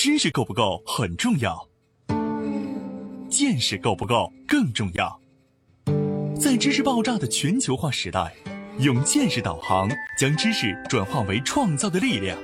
知识够不够很重要，见识够不够更重要。在知识爆炸的全球化时代，用见识导航，将知识转化为创造的力量。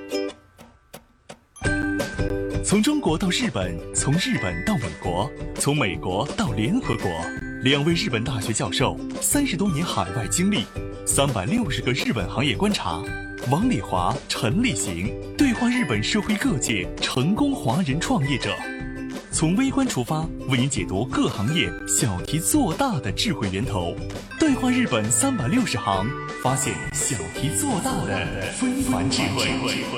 从中国到日本，从日本到美国，从美国到联合国，2位日本大学教授，30多年海外经历，360个日本行业观察。王礼华、陈立行对话日本社会各界成功华人创业者，从微观出发，为您解读各行业小题做大的智慧源头。对话日本360行，发现小题做大的非凡智慧。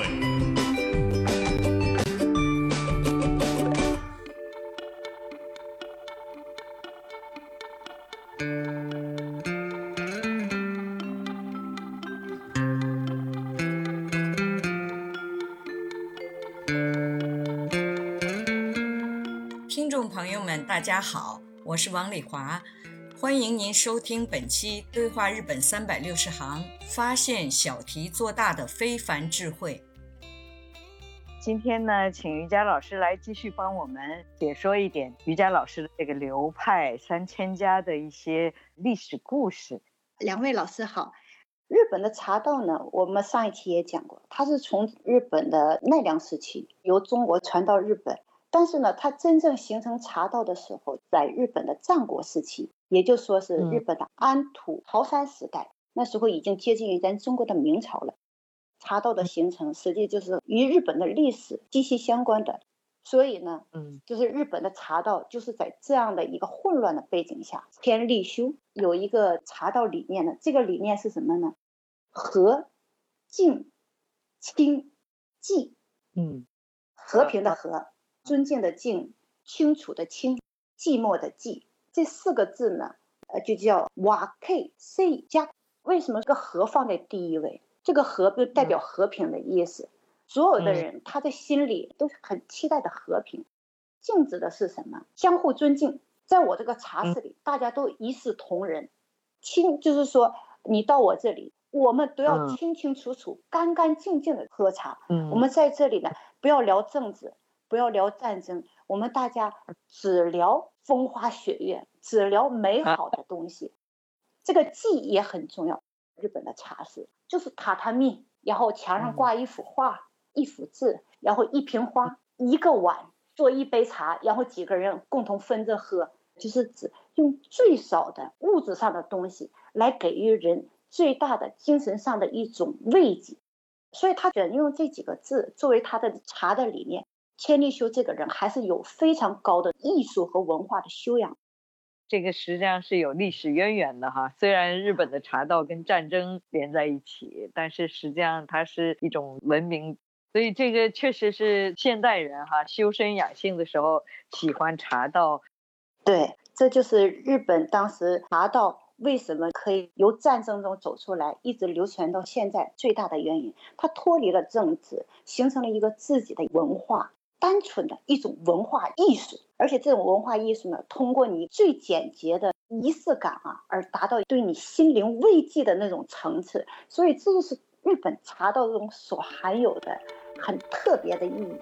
听众朋友们大家好，我是王礼华，欢迎您收听本期对话日本360行，发现小题做大的非凡智慧。 今天呢，请瑜伽老师来继续帮我们解说一点瑜伽老师的这个流派3000家的一些历史故事。 两位老师好。日本的茶道呢，我们上一期也讲过，它是从日本的奈良时期由中国传到日本，但是呢，它真正形成茶道的时候，在日本的战国时期，也就说是日本的安土桃山时代，那时候已经接近于咱中国的明朝了。茶道的形成实际就是与日本的历史息息相关的，所以呢，就是日本的茶道就是在这样的一个混乱的背景下偏立修，有一个茶道理念呢，这个理念是什么呢？和、敬、清、寂。和平的和，尊敬的敬，清楚的清，寂寞的寂，这4个字呢，就叫瓦 K C 加。为什么这个和放在第一位？这个和就代表和平的意思。所有的人他的心里都是很期待的和平。敬指的是什么？相互尊敬。在我这个茶室里，大家都一视同仁。清就是说，你到我这里，我们都要清清楚楚、干干净净的喝茶。我们在这里呢，不要聊政治，不要聊战争，我们大家只聊风花雪月，只聊美好的东西。这个记也很重要。日本的茶室就是榻榻米，然后墙上挂一幅画、一幅字，然后一瓶花、一个碗，做一杯茶，然后几个人共同分着喝，就是指用最少的物质上的东西来给予人最大的精神上的一种慰藉。所以他选用这几个字作为他的茶的理念。千利休这个人还是有非常高的艺术和文化的修养。 这个实际上是有历史渊源的哈，虽然日本的茶道跟战争连在一起，但是实际上它是一种文明，所以这个确实是现代人哈修身养性的时候喜欢茶道。 对，这就是日本当时茶道为什么可以由战争中走出来，一直流传到现在最大的原因。它脱离了政治，形成了一个自己的文化，单纯的一种文化艺术。而且这种文化艺术呢，通过你最简洁的仪式感而达到对你心灵慰藉的那种层次。所以这就是日本茶道中所含有的很特别的意义。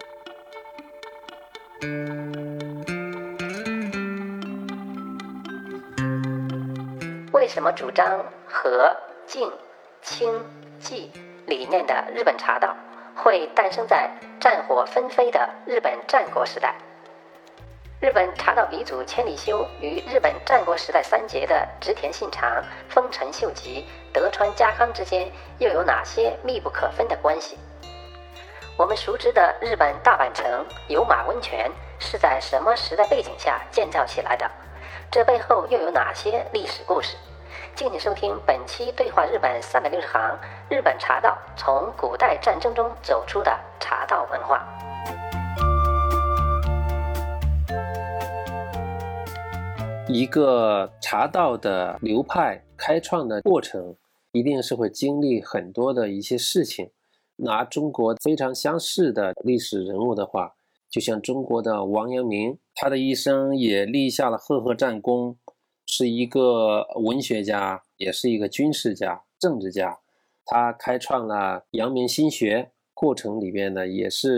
为什么主张和、敬、清、寂理念的日本茶道会诞生在战火纷飞的日本战国时代？日本茶道鼻祖千利休与日本战国时代三杰的织田信长、丰臣秀吉、德川家康之间又有哪些密不可分的关系？我们熟知的日本大阪城有马温泉是在什么时代背景下建造起来的？这背后又有哪些历史故事？敬请收听本期对话日本360行，日本茶道从古代战争中走出的茶道文化。 一个茶道的流派开创的过程，一定是会经历很多的一些事情。拿中国非常相似的历史人物的话，就像中国的王阳明，他的一生也立下了赫赫战功，是一个文学家，也是一个军事家、政治家。他开创了阳明心学，过程里边呢，也是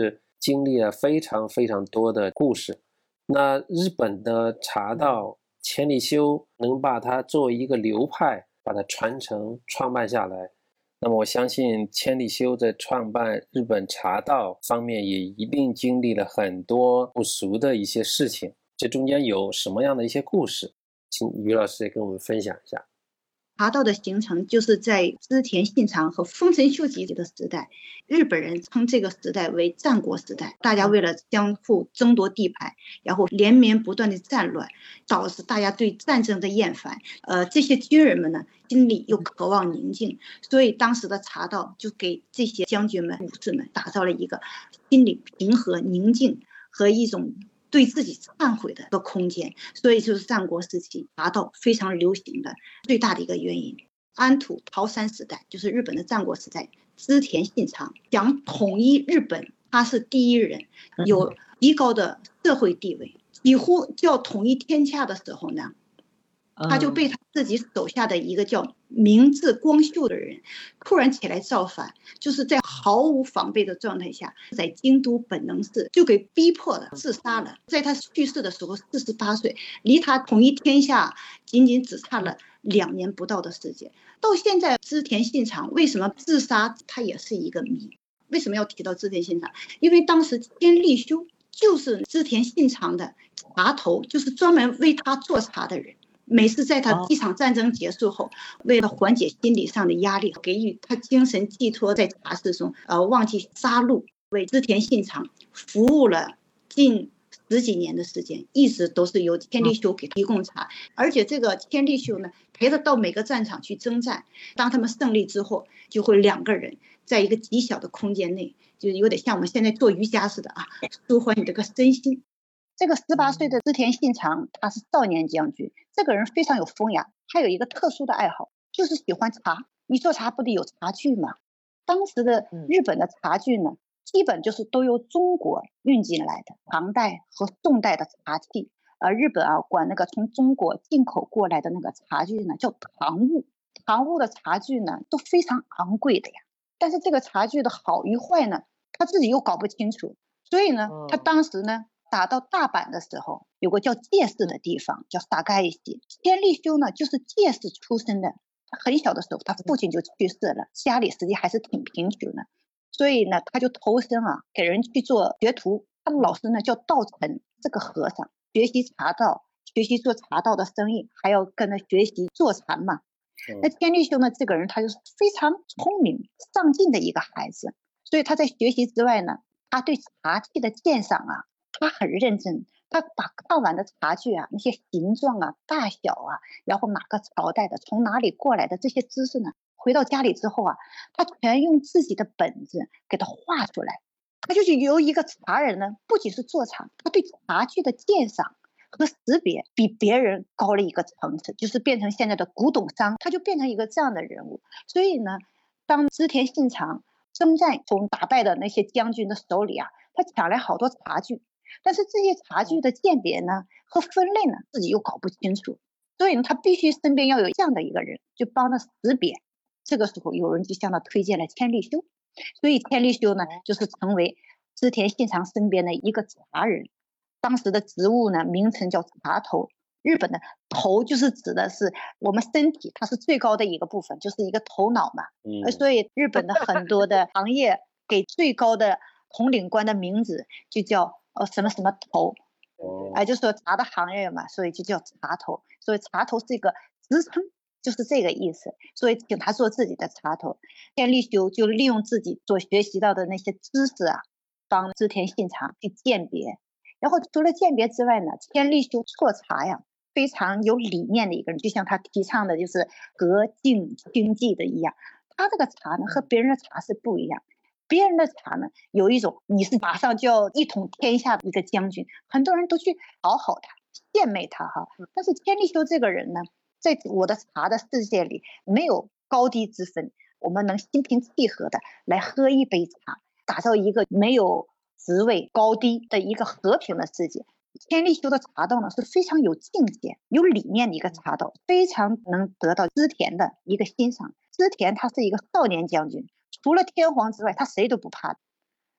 经历了非常非常多的故事。那日本的茶道千利休能把它作为一个流派把它传承创办下来，那么我相信千利休在创办日本茶道方面也一定经历了很多不俗的一些事情，这中间有什么样的一些故事，请于老师也跟我们分享一下。 茶道的形成就是在织田信长和丰臣秀吉的时代，日本人称这个时代为战国时代。大家为了相互争夺地盘，然后连绵不断的战乱，导致大家对战争的厌烦。这些军人们呢，心里又渴望宁静，所以当时的茶道就给这些将军们、武士们打造了一个心理平和、宁静和一种对自己忏悔的一个空间，所以就是战国时期茶道非常流行的最大的一个原因。安土桃山时代就是日本的战国时代，织田信长想统一日本，他是第一人，有极高的社会地位，几乎就要统一天下的时候呢，他就被他自己手下的一个叫明智光秀的人突然起来造反，就是在毫无防备的状态下，在京都本能寺就给逼迫了自杀了。在他去世的时候48岁，离他统一天下仅仅只差了2年不到的时间。到现在织田信长为什么自杀，他也是一个谜。为什么要提到织田信长？因为当时千利休就是织田信长的茶头，就是专门为他做茶的人。每次在他一场战争结束后，为了缓解心理上的压力，给予他精神寄托，在茶室中忘记杀戮，为织田信长服务了近10几年的时间，一直都是由千利休给提供茶。而且这个千利休呢，陪他到每个战场去征战，当他们胜利之后，就会2个人在一个极小的空间内，就有点像我们现在做瑜伽似的啊，舒缓你这个身心。这个18岁的织田信长，他是少年将军，这个人非常有风雅，他有一个特殊的爱好，就是喜欢茶。你做茶不得有茶具吗？当时的日本的茶具呢，基本就是都由中国运进来的，唐代和宋代的茶器。日本管那个从中国进口过来的那个茶具呢叫唐物。唐物的茶具呢都非常昂贵的呀，但是这个茶具的好与坏呢，他自己又搞不清楚。所以呢，他当时呢打到大阪的时候，有个叫介氏的地方，叫萨盖西。千利休呢，就是介氏出身的。他很小的时候，他父亲就去世了，家里实际还是挺贫穷的，所以呢，他就投身给人去做学徒。他的老师呢叫道成，这个和尚学习茶道，学习做茶道的生意，还要跟他学习坐禅嘛。那千利休呢，这个人他就是非常聪明上进的一个孩子，所以他在学习之外呢，他对茶器的鉴赏他很认真，他把看完的茶具那些形状大小然后哪个朝代的，从哪里过来的这些知识呢，回到家里之后他全用自己的本子给他画出来。他就是由一个茶人呢，不仅是做茶，他对茶具的鉴赏和识别比别人高了一个层次，就是变成现在的古董商，他就变成一个这样的人物。所以呢，当织田信长征战中打败的那些将军的手里他抢来好多茶具，但是这些茶具的鉴别呢和分类呢自己又搞不清楚，所以呢他必须身边要有这样的一个人，就帮他识别。这个时候有人就向他推荐了千利休，所以千利休呢就是成为织田信长身边的一个茶人。当时的职务呢名称叫茶头。日本的头就是指的是我们身体，它是最高的一个部分，就是一个头脑嘛。所以日本的很多的行业给最高的统领官的名字就叫什么什么头，就说茶的行业嘛，所以就叫茶头。所以茶头是一个职称，就是这个意思。所以请他做自己的茶头。千利休就利用自己所学习到的那些知识帮织田信长去鉴别。然后除了鉴别之外呢，千利休做茶非常有理念的一个人，就像他提倡的就是和敬清寂的一样。他这个茶呢和别人的茶是不一样。别人的茶呢有一种你是马上就要一统天下的一个将军，很多人都去讨好他，献媚他但是千利休这个人呢，在我的茶的世界里没有高低之分，我们能心平气和的来喝一杯茶，打造一个没有职位高低的一个和平的世界。千利休的茶道呢是非常有境界有理念的一个茶道，非常能得到织田的一个欣赏。织田他是一个少年将军，除了天皇之外他谁都不怕。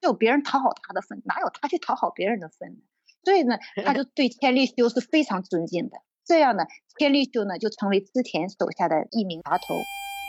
有别人讨好他的份，哪有他去讨好别人的份呢？所以呢，他就对千利休是非常尊敬的。这样呢，千利休呢就成为织田手下的一名茶头。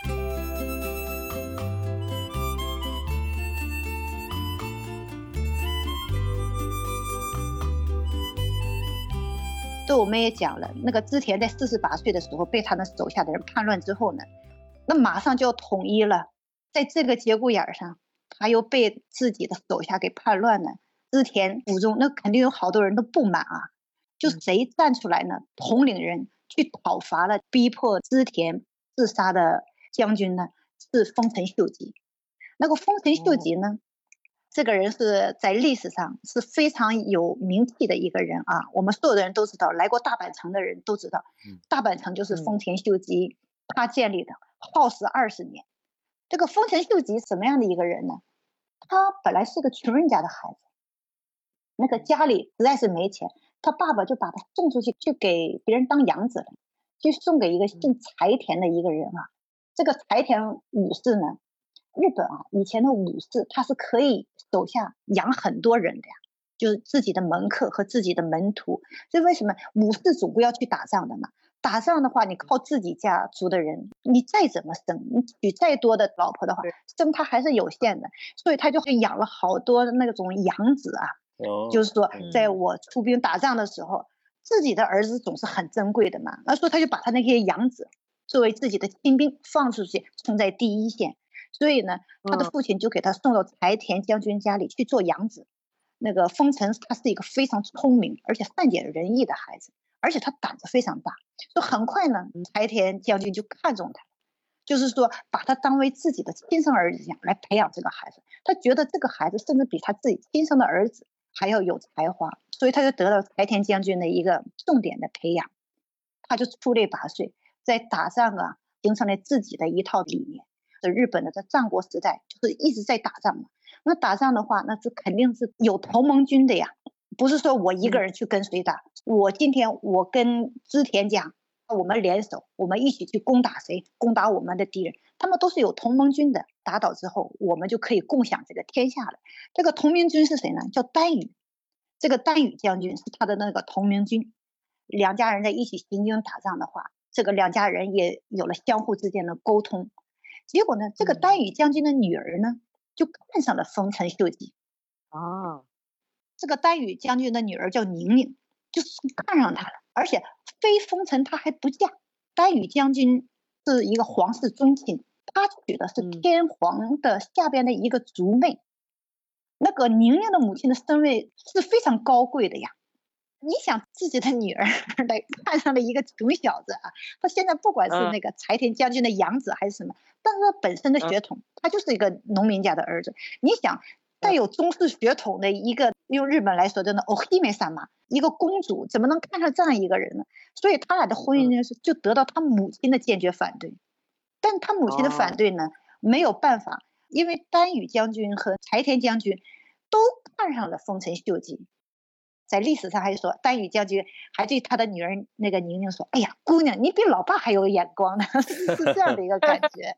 这我们也讲了，那个织田在48岁的时候被他的手下的人叛乱之后呢，那马上就要统一了，在这个节骨眼上，他又被自己的手下给叛乱了。织田府中那肯定有好多人都不满啊，就谁站出来呢？统领人去讨伐了，逼迫织田自杀的将军呢是丰臣秀吉。那个丰臣秀吉呢，这个人是在历史上是非常有名气的一个人啊，我们所有的人都知道，来过大阪城的人都知道，大阪城就是丰臣秀吉他建立的，耗时20年。这个丰臣秀吉什么样的一个人呢？他本来是个穷人家的孩子，那个家里实在是没钱，他爸爸就把他送出去，去给别人当养子了，就送给一个姓柴田的一个人啊。这个柴田武士呢，日本啊以前的武士他是可以手下养很多人的呀，就是自己的门客和自己的门徒。所以为什么武士总归要去打仗的嘛？打仗的话，你靠自己家族的人，你再怎么生，你娶再多的老婆的话，生他还是有限的，所以他就养了好多那种养子啊。就是说，在我出兵打仗的时候，自己的儿子总是很珍贵的嘛，那所以他就把他那些养子作为自己的亲兵放出去，冲在第一线。所以呢，他的父亲就给他送到柴田将军家里去做养子。那个丰臣他是一个非常聪明而且善解人意的孩子，而且他胆子非常大，所以很快呢，柴田将军就看中他，就是说把他当为自己的亲生儿子一样来培养这个孩子。他觉得这个孩子甚至比他自己亲生的儿子还要有才华，所以他就得到柴田将军的一个重点的培养。他就出类拔萃，在打仗啊形成了自己的一套理念。日本的在战国时代就是一直在打仗嘛，那打仗的话，那是肯定是有同盟军的呀，不是说我一个人去跟谁打。我今天我跟织田家我们联手，我们一起去攻打谁，攻打我们的敌人，他们都是有同盟军的，打倒之后我们就可以共享这个天下了。这个同盟军是谁呢？叫丹羽。这个丹羽将军是他的那个同盟军，两家人在一起行军打仗的话，这个两家人也有了相互之间的沟通。结果呢，这个丹羽将军的女儿呢就看上了丰臣秀吉。这个丹羽将军的女儿叫宁宁，就是看上他了，而且非丰臣他还不嫁。丹羽将军是一个皇室宗亲，他娶的是天皇的下边的一个族妹。那个宁宁的母亲的身位是非常高贵的呀。你想自己的女儿来看上了一个穷小子啊，他现在不管是那个柴田将军的养子还是什么，但是他本身的血统，他就是一个农民家的儿子。你想带有宗室血统的一个，用日本来说的呢，ohime sama，一个公主怎么能看上这样一个人呢？所以他俩的婚姻就得到他母亲的坚决反对。但他母亲的反对呢，没有办法，因为丹羽将军和柴田将军都看上了丰臣秀吉。在历史上还说，丹羽将军还对他的女儿那个宁宁说：“哎呀，姑娘，你比老爸还有眼光呢。”是这样的一个感觉。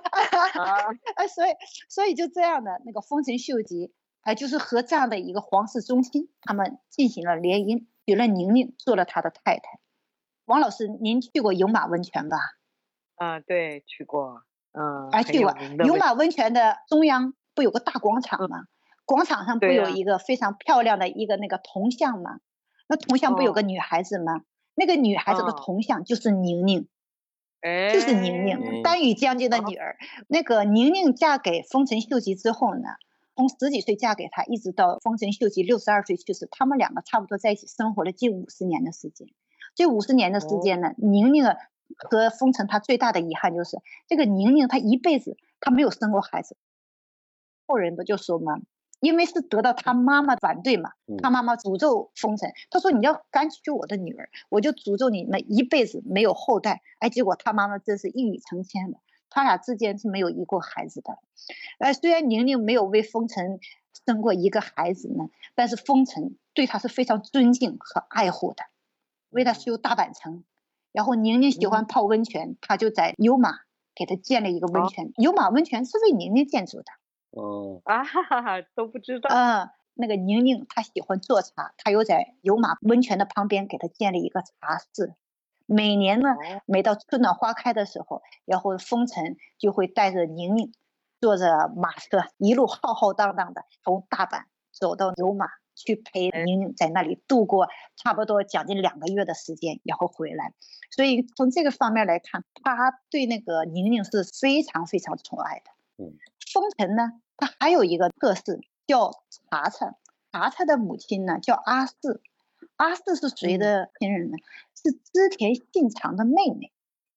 所以就这样的那个丰臣秀吉，就是和这样的一个皇室宗亲，他们进行了联姻，娶了宁宁做了他的太太。王老师，您去过有马温泉吧？ 对，去过。 去过。有马温泉的中央不有个大广场吗？广场上不有一个非常漂亮的一个那个铜像吗？那铜像不有个女孩子吗？那个女孩子的铜像就是宁宁。就是宁宁，丹羽将军的女儿。那个宁宁嫁给丰臣秀吉之后呢，从10几岁嫁给他，一直到丰臣秀吉62岁去世，他们两个差不多在一起生活了近50年的时间。这50年的时间呢，宁宁和丰臣他最大的遗憾就是，这个宁宁她一辈子她没有生过孩子。后人不就说嘛，因为是得到他妈妈反对嘛，他妈妈诅咒丰臣，他说你要敢娶我的女儿，我就诅咒你们一辈子没有后代。结果他妈妈真是一语成谶的，他俩之间是没有一过孩子的。虽然宁宁没有为丰臣生过一个孩子呢，但是丰臣对他是非常尊敬和爱护的，为他修大阪城。然后宁宁喜欢泡温泉，他就在有马给他建了一个温泉。有马温泉是为宁宁建筑的。 哦， 啊，哈哈哈，都不知道。 那个宁宁她喜欢做茶，她又在有马温泉的旁边给她建立一个茶室。每年呢，每到春暖花开的时候，然后风尘就会带着宁宁坐着马车，一路浩浩荡荡的从大阪走到有马，去陪宁宁在那里度过差不多将近2个月的时间，然后回来。所以从这个方面来看，他对那个宁宁是非常非常宠爱的。风尘呢，他还有一个特色叫茶茶，茶茶的母亲呢叫阿四，阿四是谁的亲人呢？是织田信长的妹妹。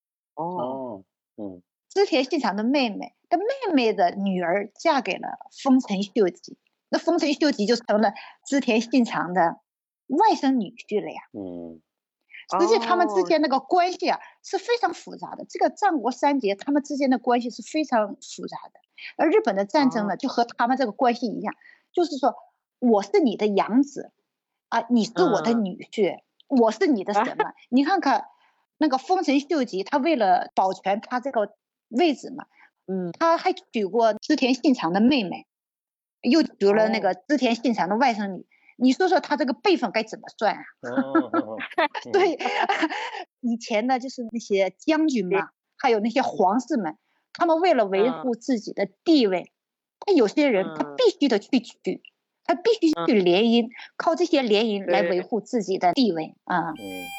织田信长的妹妹的妹妹的女儿嫁给了丰臣秀吉，那丰臣秀吉就成了织田信长的外甥女婿了呀。实际他们之间那个关系啊是非常复杂的，这个战国三杰他们之间的关系是非常复杂的。而日本的战争呢，就和他们这个关系一样，就是说我是你的养子啊，你是我的女婿，我是你的什么？你看看那个丰臣秀吉，他为了保全他这个位置嘛，他还娶过织田信长的妹妹，又娶了那个织田信长的外甥女。你说说他这个辈分该怎么算啊？对，以前呢就是那些将军嘛，还有那些皇室们，他们为了维护自己的地位，他有些人他必须得去娶，他必须去联姻，靠这些联姻来维护自己的地位啊。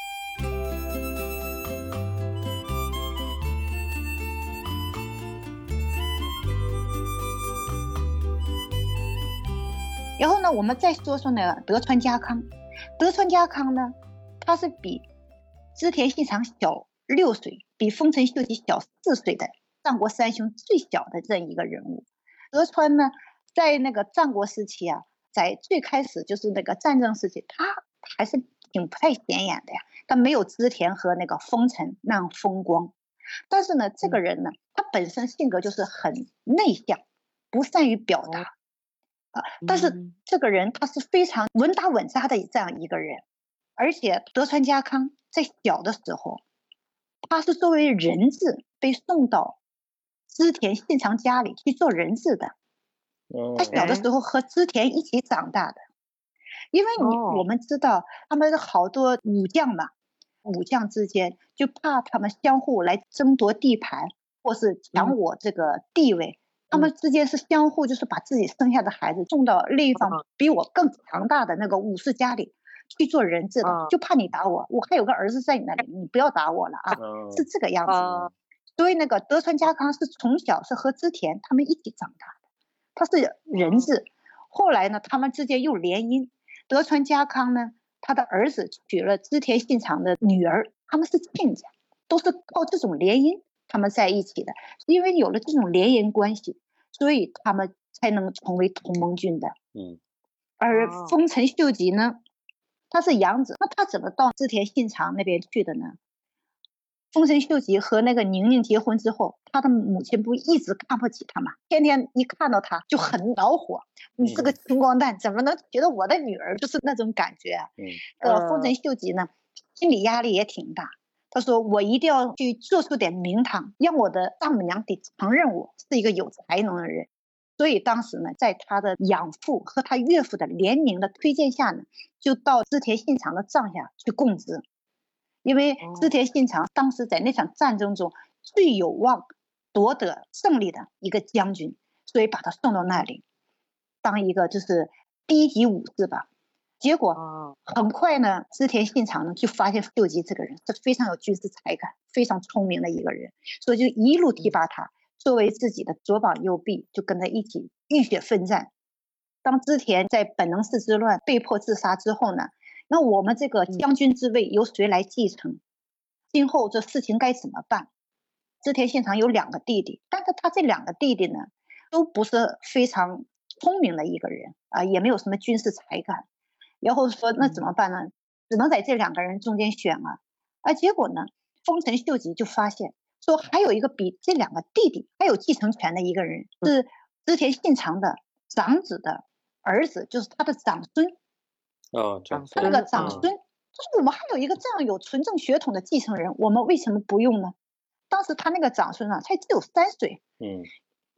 然后呢，我们再说说那个德川家康。德川家康呢，他是比织田信长小6岁，比丰臣秀吉小4岁的战国三雄最小的这一个人物。德川呢，在那个战国时期啊，在最开始就是那个战争时期，他还是挺不太显眼的呀，他没有织田和那个丰臣那样风光。但是呢，这个人呢，他本身性格就是很内向，不善于表达。但是这个人他是非常稳打稳扎的这样一个人，而且德川家康在小的时候，他是作为人质被送到织田信长家里去做人质的。他小的时候和织田一起长大的，因为我们知道他们好多武将嘛，武将之间就怕他们相互来争夺地盘，或是抢我这个地位。他们之间是相互就是把自己生下的孩子送到另一方比我更强大的那个武士家里去做人质的，就怕你打我，我还有个儿子在你那里，你不要打我了啊，是这个样子。所以那个德川家康是从小是和织田他们一起长大的，他是人质。后来呢，他们之间又联姻，德川家康呢，他的儿子娶了织田信长的女儿，他们是亲家，都是靠这种联姻他们在一起的。因为有了这种联姻关系，所以他们才能成为同盟军的。而丰臣秀吉呢，他是养子，那他怎么到织田信长那边去的呢？丰臣秀吉和那个宁宁结婚之后，他的母亲不一直看不起他嘛，天天一看到他就很恼火，你这个穷光蛋怎么能觉得我的女儿，就是那种感觉啊。丰臣秀吉呢，心理压力也挺大，他说我一定要去做出点名堂，让我的丈母娘得承认我是一个有才能的人。所以当时呢，在他的养父和他岳父的联名的推荐下呢，就到织田信长的帐下去供职。因为织田信长当时在那场战争中最有望夺得胜利的一个将军，所以把他送到那里当一个就是低级武士吧。结果很快呢，织田信长呢就发现秀吉这个人是非常有军事才干、非常聪明的一个人，所以就一路提拔他作为自己的左膀右臂，就跟他一起浴血奋战。当织田在本能寺之乱被迫自杀之后呢，那我们这个将军之位由谁来继承？今后这事情该怎么办？织田信长有2个弟弟，但是他这2个弟弟呢，都不是非常聪明的一个人啊，也没有什么军事才干。然后说那怎么办呢？只能在这2个人中间选啊。结果呢，丰臣秀吉就发现说还有一个比这2个弟弟还有继承权的一个人，是织田信长的长子的儿子，就是他的长孙。那个长孙就是我们还有一个这样有纯正血统的继承人，我们为什么不用呢？当时他那个长孙啊，才只有3岁。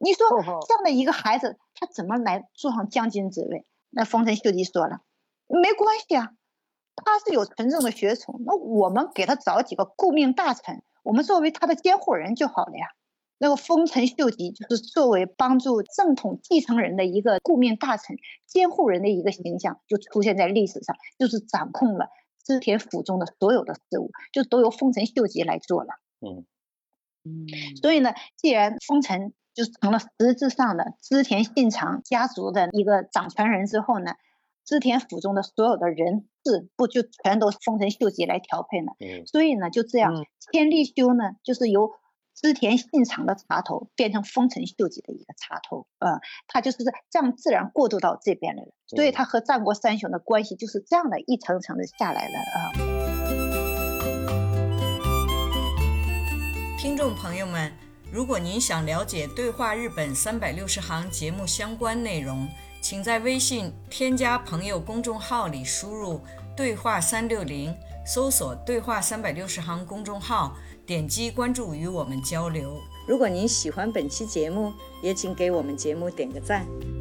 你说这样的一个孩子，他怎么来坐上将军职位？那丰臣秀吉说了，没关系啊，他是有纯正的血统，那我们给他找几个顾命大臣，我们作为他的监护人就好了呀。那个丰臣秀吉就是作为帮助正统继承人的一个顾命大臣、监护人的一个形象，就出现在历史上，就是掌控了织田府中的所有的事务，就都由丰臣秀吉来做了。所以呢，既然丰臣就成了实质上的织田信长家族的一个掌权人之后呢，织田府中的所有的人事不就全都是丰臣秀吉来调配呢？所以呢，就这样，千利休呢，就是由织田信长的插头变成丰臣秀吉的一个插头，他就是这样自然过渡到这边来了。所以他和战国三雄的关系就是这样的一层层的下来了啊。 听众朋友们，如果您想了解对话日本360行节目相关内容，请在微信添加朋友公众号里输入对话360，搜索对话360行公众号，点击关注与我们交流。如果您喜欢本期节目，也请给我们节目点个赞。